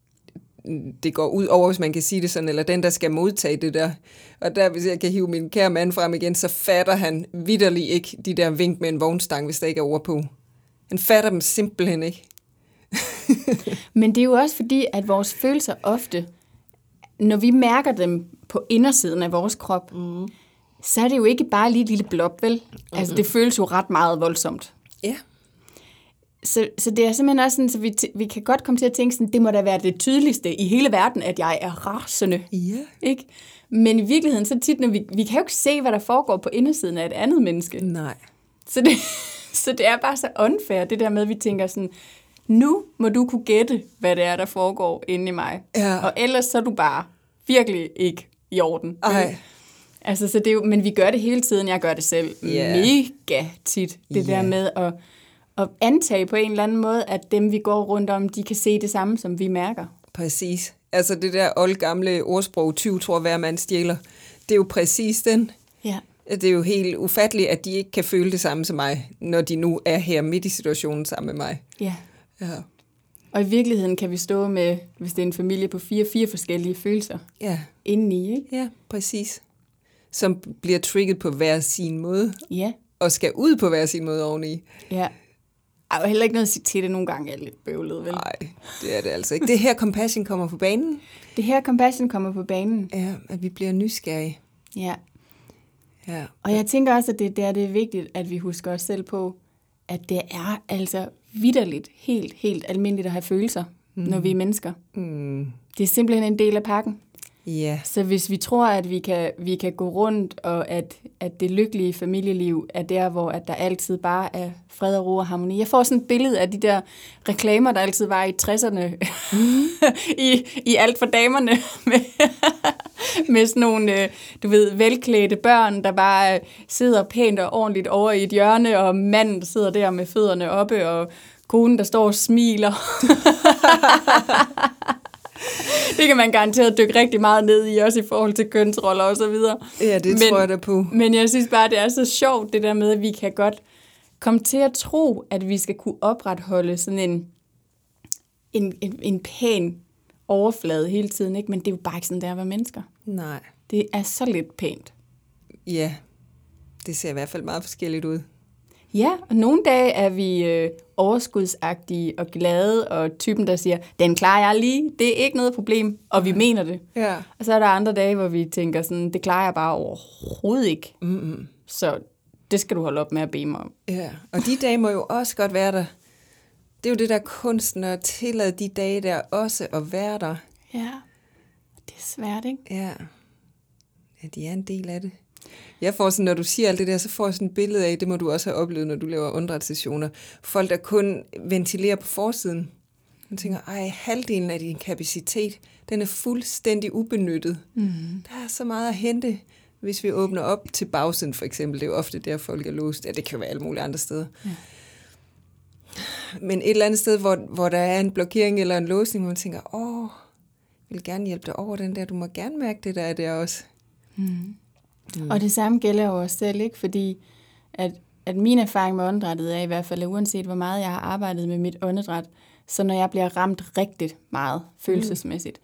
det går ud over, hvis man kan sige det sådan, eller den, der skal modtage det der. Og der, hvis jeg kan hive min kære mand frem igen, så fatter han vitterligt ikke de der vink med en vognstang, hvis der ikke er ord på. Han fatter dem simpelthen ikke. Men det er jo også fordi, at vores følelser ofte, når vi mærker dem på indersiden af vores krop, så er det jo ikke bare lige et lille blob, vel? Altså, det føles jo ret meget voldsomt. Ja. Så det er simpelthen også sådan, så vi kan godt komme til at tænke sådan, det må da være det tydeligste i hele verden, at jeg er rasende. Ja. Ikke? Men i virkeligheden, så tit, når vi kan jo ikke se, hvad der foregår på indersiden af et andet menneske. Nej. Så det er bare så unfair, det der med, at vi tænker sådan, nu må du kunne gætte, hvad det er, der foregår inde i mig. Ja. Og ellers så er du bare virkelig ikke i orden. Ej. Altså, så det er jo, men vi gør det hele tiden. Jeg gør det selv mega tit. Det der med at antage på en eller anden måde, at dem, vi går rundt om, de kan se det samme, som vi mærker. Præcis. Altså det der oldgamle ordsprog, 20 tror hver mand stjæler, det er jo præcis den. Ja. Det er jo helt ufatteligt, at de ikke kan føle det samme som mig, når de nu er her midt i situationen sammen med mig. Ja. Ja. Og i virkeligheden kan vi stå med, hvis det er en familie på 4 forskellige følelser indeni, ikke? Ja, præcis. Som bliver trigget på hver sin måde. Ja. Og skal ud på hver sin måde oveni. Ja. Der er jo heller ikke noget at sige til det, nogle gange er lidt bøvlet, vel? Nej, det er det altså ikke. Det her compassion kommer på banen. Det her compassion kommer på banen. Ja, at vi bliver nysgerrige. Ja. Ja. Og jeg tænker også, at det er vigtigt, at vi husker os selv på, at det er altså vitterligt helt almindeligt at have følelser, når vi er mennesker. Det er simpelthen en del af pakken. Ja. Så hvis vi tror, at vi kan gå rundt, og at det lykkelige familieliv er der, hvor at der altid bare er fred og ro og harmoni. Jeg får sådan et billede af de der reklamer, der altid var i 60'erne, i alt for damerne, med sådan nogle, du ved, velklædte børn, der bare sidder pænt og ordentligt over i et hjørne, og manden, der sidder der med fødderne oppe, og konen, der står og smiler. Det kan man garanteret dykke rigtig meget ned i, også i forhold til kønsroller og så videre. Ja, det tror jeg da på. Men jeg synes bare, det er så sjovt, det der med, at vi kan godt komme til at tro, at vi skal kunne opretholde sådan en pæn overflade hele tiden, ikke? Men det er jo bare ikke sådan, det er at være mennesker. Nej. Det er så lidt pænt. Ja, det ser i hvert fald meget forskelligt ud. Ja, og nogle dage er vi overskudsagtige og glade, og typen, der siger, den klarer jeg lige, det er ikke noget problem, og vi mener det. Ja. Og så er der andre dage, hvor vi tænker sådan, det klarer jeg bare overhovedet ikke. Mm-mm. Så det skal du holde op med at bede mig om. Ja, og de dage må jo også godt være der. Det er jo det der kunsten at tillade de dage der også at være der. Ja, det er svært, ikke? Ja, de er en del af det. Jeg får sådan, når du siger alt det der, så får jeg sådan et billede af, det må du også have oplevet, når du laver åndedrætssessioner. Folk, der kun ventilerer på forsiden. Man tænker, halvdelen af din kapacitet, den er fuldstændig ubenyttet. Der er så meget at hente, hvis vi åbner op til bagsiden for eksempel. Det er jo ofte der, folk er låst. Ja, det kan jo være alle mulige andre steder. Ja. Men et eller andet sted, hvor der er en blokering eller en låsning, hvor man tænker, jeg vil gerne hjælpe dig over den der. Du må gerne mærke det, der er der også. Og det samme gælder jo os selv, ikke? Fordi at min erfaring med åndedrættet er i hvert fald, at uanset hvor meget jeg har arbejdet med mit åndedræt, så når jeg bliver ramt rigtig meget følelsesmæssigt,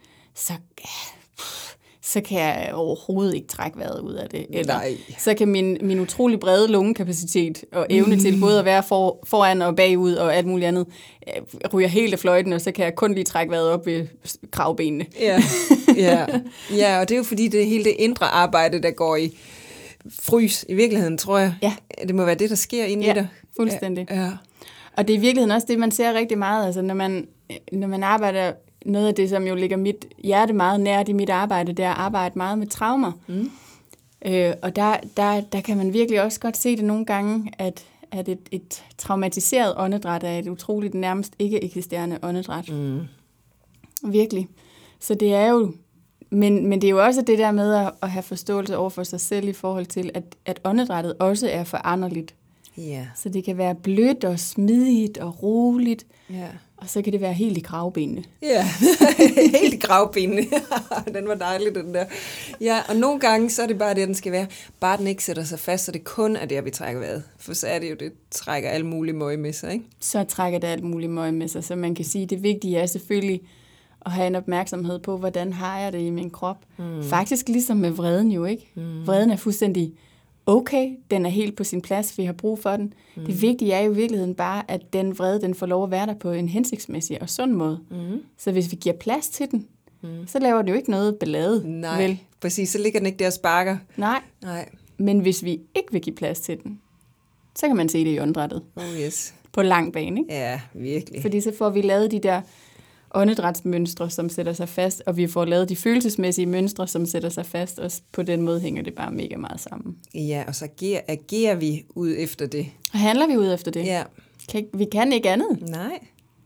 så kan jeg overhovedet ikke trække vejret ud af det. Eller så kan min utrolig brede lungekapacitet og evne til både at være foran og bagud og alt muligt andet, ryger helt af fløjten, og så kan jeg kun lige trække vejret op ved kravbenene. Ja, og det er jo fordi, det er hele det indre arbejde, der går i frys i virkeligheden, tror jeg. Ja. Det må være det, der sker inde i dig. Fuldstændig. Ja. Og det er i virkeligheden også det, man ser rigtig meget. Altså, når man arbejder, noget af det, som jo ligger mit hjerte meget nært i mit arbejde, det er at arbejde meget med traumer. Og der kan man virkelig også godt se det nogle gange, at et traumatiseret åndedræt er et utroligt nærmest ikke eksisterende åndedræt. Virkelig. Så det er jo... Men det er jo også det der med at have forståelse over for sig selv i forhold til, at åndedrættet også er foranderligt. Yeah. Så det kan være blødt og smidigt og roligt, og så kan det være helt i gravbenene. Ja, helt i gravbenene. Den var dejlig, den der. Ja, og nogle gange, så er det bare det, den skal være. Bare den ikke sætter sig fast, så det kun er der, vi trækker vejret. For så er det jo, det trækker alle mulige møg med sig, ikke? Så trækker det alt muligt møg med sig, så man kan sige, det vigtige er selvfølgelig at have en opmærksomhed på, hvordan har jeg det i min krop. Faktisk ligesom med vreden jo, ikke? Vreden er fuldstændig okay, den er helt på sin plads, vi har brug for den. Det vigtige er jo i virkeligheden bare, at den vrede, den får lov at være der på en hensigtsmæssig og sund måde. Så hvis vi giver plads til den, så laver det jo ikke noget ballade. Nej, vel? Præcis, så ligger den ikke der og sparker. Nej, men hvis vi ikke vil give plads til den, så kan man se det i åndedrættet. Yes. På lang bane, ikke? Ja, virkelig. Fordi så får vi lavet de der åndedrætsmønstre, som sætter sig fast, og vi får lavet de følelsesmæssige mønstre, som sætter sig fast, og på den måde hænger det bare mega meget sammen. Ja, og så agerer vi ud efter det. Og handler vi ud efter det? Ja. Vi kan ikke andet. Nej.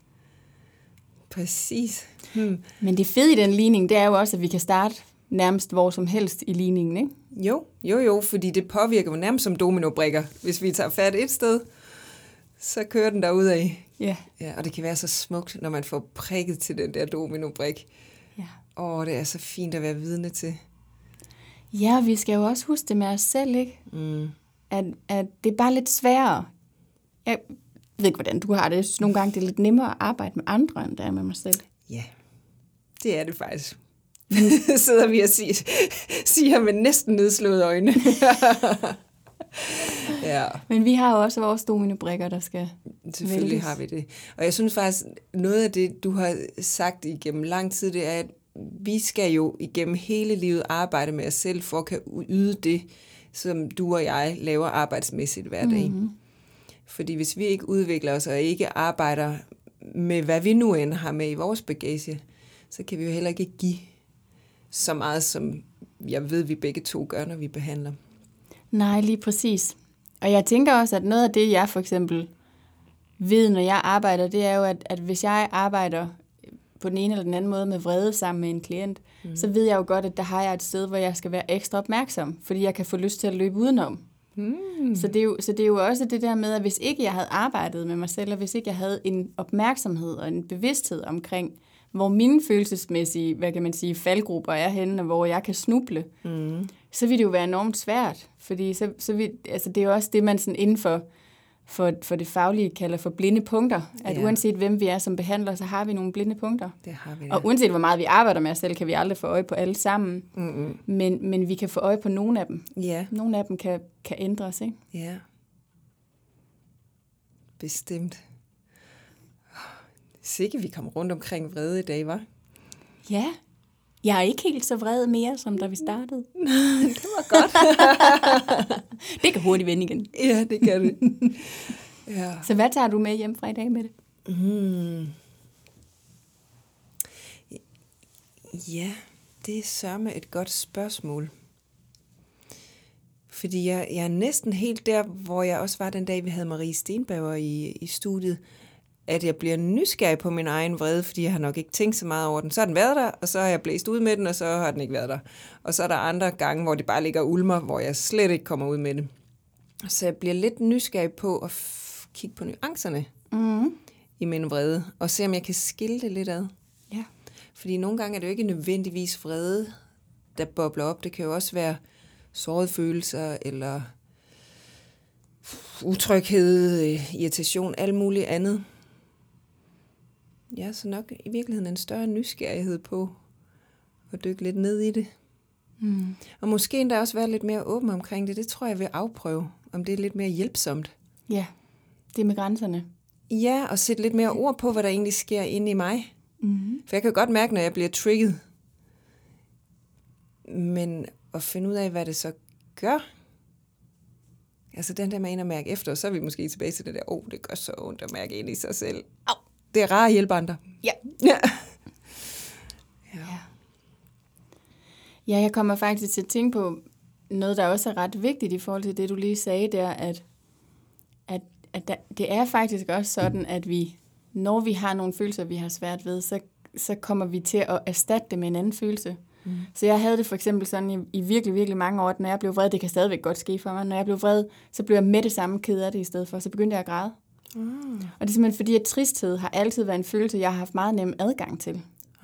Præcis. Men det fede i den ligning, det er jo også, at vi kan starte nærmest hvor som helst i ligningen, ikke? Jo, fordi det påvirker jo nærmest som dominobrikker. Hvis vi tager fat et sted, så kører den derudad. Ja, og det kan være så smukt, når man får prikket til den der dominobrik. Ja. Det er så fint at være vidne til. Ja, vi skal jo også huske det med os selv, ikke? At det er bare lidt sværere. Jeg ved ikke, hvordan du har det. Jeg synes nogle gange, det er lidt nemmere at arbejde med andre, end det er med mig selv. Ja, det er det faktisk. Sidder vi og siger med næsten nedslåede øjne. Ja. Men vi har jo også vores dominobrikker, der skal Selvfølgelig vælges. Har vi det. Og jeg synes faktisk, noget af det, du har sagt igennem lang tid, det er, at vi skal jo igennem hele livet arbejde med os selv, for at kan yde det, som du og jeg laver arbejdsmæssigt hver dag. Fordi hvis vi ikke udvikler os og ikke arbejder med, hvad vi nu end har med i vores bagage, så kan vi jo heller ikke give så meget, som jeg ved, vi begge to gør, når vi behandler. Nej, lige præcis. Og jeg tænker også, at noget af det, jeg for eksempel ved, når jeg arbejder, det er jo, at hvis jeg arbejder på den ene eller den anden måde med vrede sammen med en klient, så ved jeg jo godt, at der har jeg et sted, hvor jeg skal være ekstra opmærksom, fordi jeg kan få lyst til at løbe udenom. Så det er jo også det der med, at hvis ikke jeg havde arbejdet med mig selv, og hvis ikke jeg havde en opmærksomhed og en bevidsthed omkring, hvor mine følelsesmæssige, hvad kan man sige, faldgrupper er henne, og hvor jeg kan snuble, så vil det jo være enormt svært. Fordi så vil, altså det er jo også det, man sådan inden for det faglige kalder for blinde punkter. At uanset hvem vi er som behandler, så har vi nogle blinde punkter. Det har vi, Og uanset hvor meget vi arbejder med os selv, kan vi aldrig få øje på alle sammen. Men vi kan få øje på nogle af dem. Nogle af dem kan ændres, ikke? Ja. bestemt. Sikke, vi kom rundt omkring vrede i dag, hva'? Ja, jeg er ikke helt så vred mere, som da vi startede. Det var godt. Det kan hurtigt vende igen. Ja, det kan det. Ja. Så hvad tager du med hjem fra i dag med det? Ja, det er sørme et godt spørgsmål. Fordi jeg er næsten helt der, hvor jeg også var den dag, vi havde Marie Stenbauer i studiet, at jeg bliver nysgerrig på min egen vrede, fordi jeg har nok ikke tænkt så meget over den. Så har den været der, og så har jeg blæst ud med den, og så har den ikke været der. Og så er der andre gange, hvor det bare ligger ulmer, hvor jeg slet ikke kommer ud med det. Så jeg bliver lidt nysgerrig på at kigge på nuancerne i min vrede, og se om jeg kan skille det lidt ad. Ja. Fordi nogle gange er det jo ikke nødvendigvis vrede, der bobler op. Det kan jo også være sårede følelser, eller utryghed, irritation, alt muligt andet. Ja, så nok i virkeligheden en større nysgerrighed på at dykke lidt ned i det. Og måske endda også være lidt mere åben omkring det. Det tror jeg vil afprøve, om det er lidt mere hjælpsomt. Ja, det med grænserne. Ja, og sætte lidt mere ord på, hvad der egentlig sker inde i mig. For jeg kan godt mærke, når jeg bliver trigget. Men at finde ud af, hvad det så gør. Altså den der med ind og mærke efter, og så er vi måske tilbage til det der, det gør så ondt at mærke ind i sig selv. Au. Det er rart at hjælpe andre. Ja. Ja, jeg kommer faktisk til at tænke på noget, der også er ret vigtigt i forhold til det, du lige sagde der, at det er faktisk også sådan, at vi, når vi har nogle følelser, vi har svært ved, så kommer vi til at erstatte det med en anden følelse. Så jeg havde det for eksempel sådan i virkelig, virkelig mange år, at når jeg blev vred, det kan stadigvæk godt ske for mig, når jeg blev vred, så blev jeg med det samme ked af det i stedet for, så begyndte jeg at græde. Og det er simpelthen fordi, at tristhed har altid været en følelse, jeg har haft meget nem adgang til.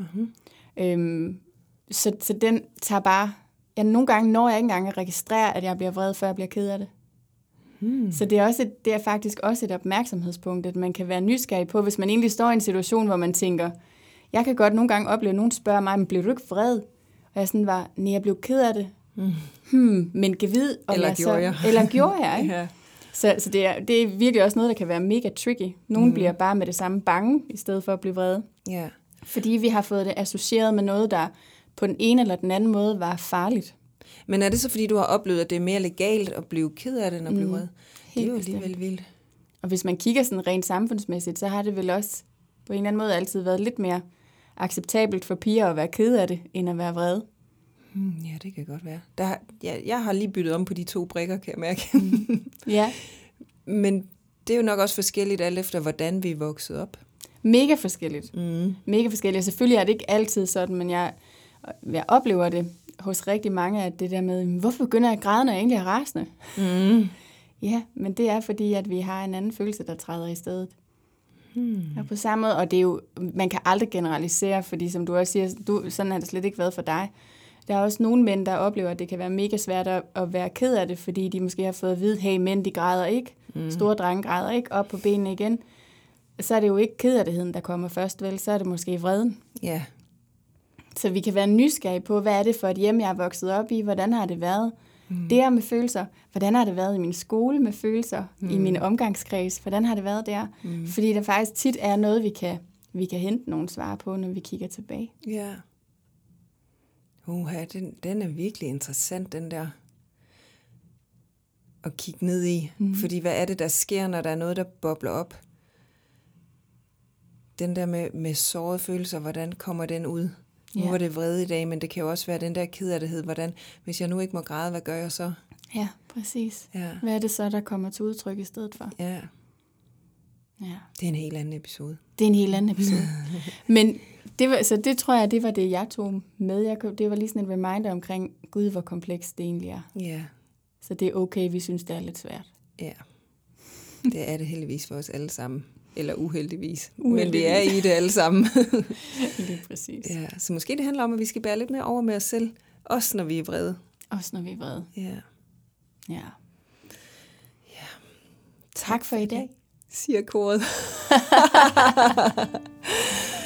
Så den tager bare... nogle gange når jeg ikke engang at registrere, at jeg bliver vred, før jeg bliver ked af det. Så det er faktisk også et opmærksomhedspunkt, at man kan være nysgerrig på, hvis man egentlig står i en situation, hvor man tænker, jeg kan godt nogle gange opleve, at nogen spørger mig, men blev du ikke vred? Og jeg sådan var, nej, jeg blev ked af det. Men gevid, eller gjorde jeg. Eller gjorde jeg, ikke? Ja. Så det er virkelig også noget, der kan være mega tricky. Nogen bliver bare med det samme bange, i stedet for at blive vrede. Ja. Fordi vi har fået det associeret med noget, der på den ene eller den anden måde var farligt. Men er det så, fordi du har oplevet, at det er mere legalt at blive ked af det, end at blive vred? Det er jo alligevel vildt. Og hvis man kigger sådan rent samfundsmæssigt, så har det vel også på en eller anden måde altid været lidt mere acceptabelt for piger at være ked af det, end at være vrede. Ja, det kan godt være. Jeg har lige byttet om på de 2 brikker, kan jeg mærke. Ja. Men det er jo nok også forskelligt alt efter, hvordan vi er vokset op. Mega forskelligt. Mega forskelligt. Selvfølgelig er det ikke altid sådan, men jeg oplever det hos rigtig mange, at det der med, hvorfor begynder jeg at græde, når jeg egentlig er rasende? Ja, men det er fordi, at vi har en anden følelse, der træder i stedet. Og på samme måde, og det er jo, man kan aldrig generalisere, fordi som du også siger, sådan har det slet ikke været for dig. Der er også nogle mænd, der oplever, at det kan være mega svært at være ked af det, fordi de måske har fået at vide, hey, mænd, de græder ikke. Store drenge græder ikke, op på benene igen. Så er det jo ikke kederligheden, der kommer først, vel? Så er det måske vreden. Ja. Så vi kan være nysgerrige på, hvad er det for et hjem, jeg er vokset op i? Hvordan har det været der med følelser? Hvordan har det været i min skole med følelser? I min omgangskreds? Hvordan har det været der? Fordi der faktisk tit er noget, vi kan hente nogle svar på, når vi kigger tilbage. Ja. Den er virkelig interessant, den der at kigge ned i. Fordi hvad er det, der sker, når der er noget, der bobler op? Den der med sårede følelser, hvordan kommer den ud? Nu var det vrede i dag, men det kan jo også være den der kederlighed. Hvordan, hvis jeg nu ikke må græde, hvad gør jeg så? Ja, præcis. Ja. Hvad er det så, der kommer til udtryk i stedet for? Ja. Ja. Det er en helt anden episode. Det er en helt anden episode. Men det tror jeg, det var det, jeg tog med. Det var lige sådan en reminder omkring, Gud, hvor komplekst det egentlig er. Ja. Så det er okay, vi synes, det er lidt svært. Ja. Det er det heldigvis for os alle sammen. Eller uheldigvis. Men det er i det alle sammen. Lige præcis. Ja, så måske det handler om, at vi skal bære lidt mere over med os selv. Også når vi er vrede. Også når vi er vrede. Ja. Ja. Tak for i dag. Siger koret.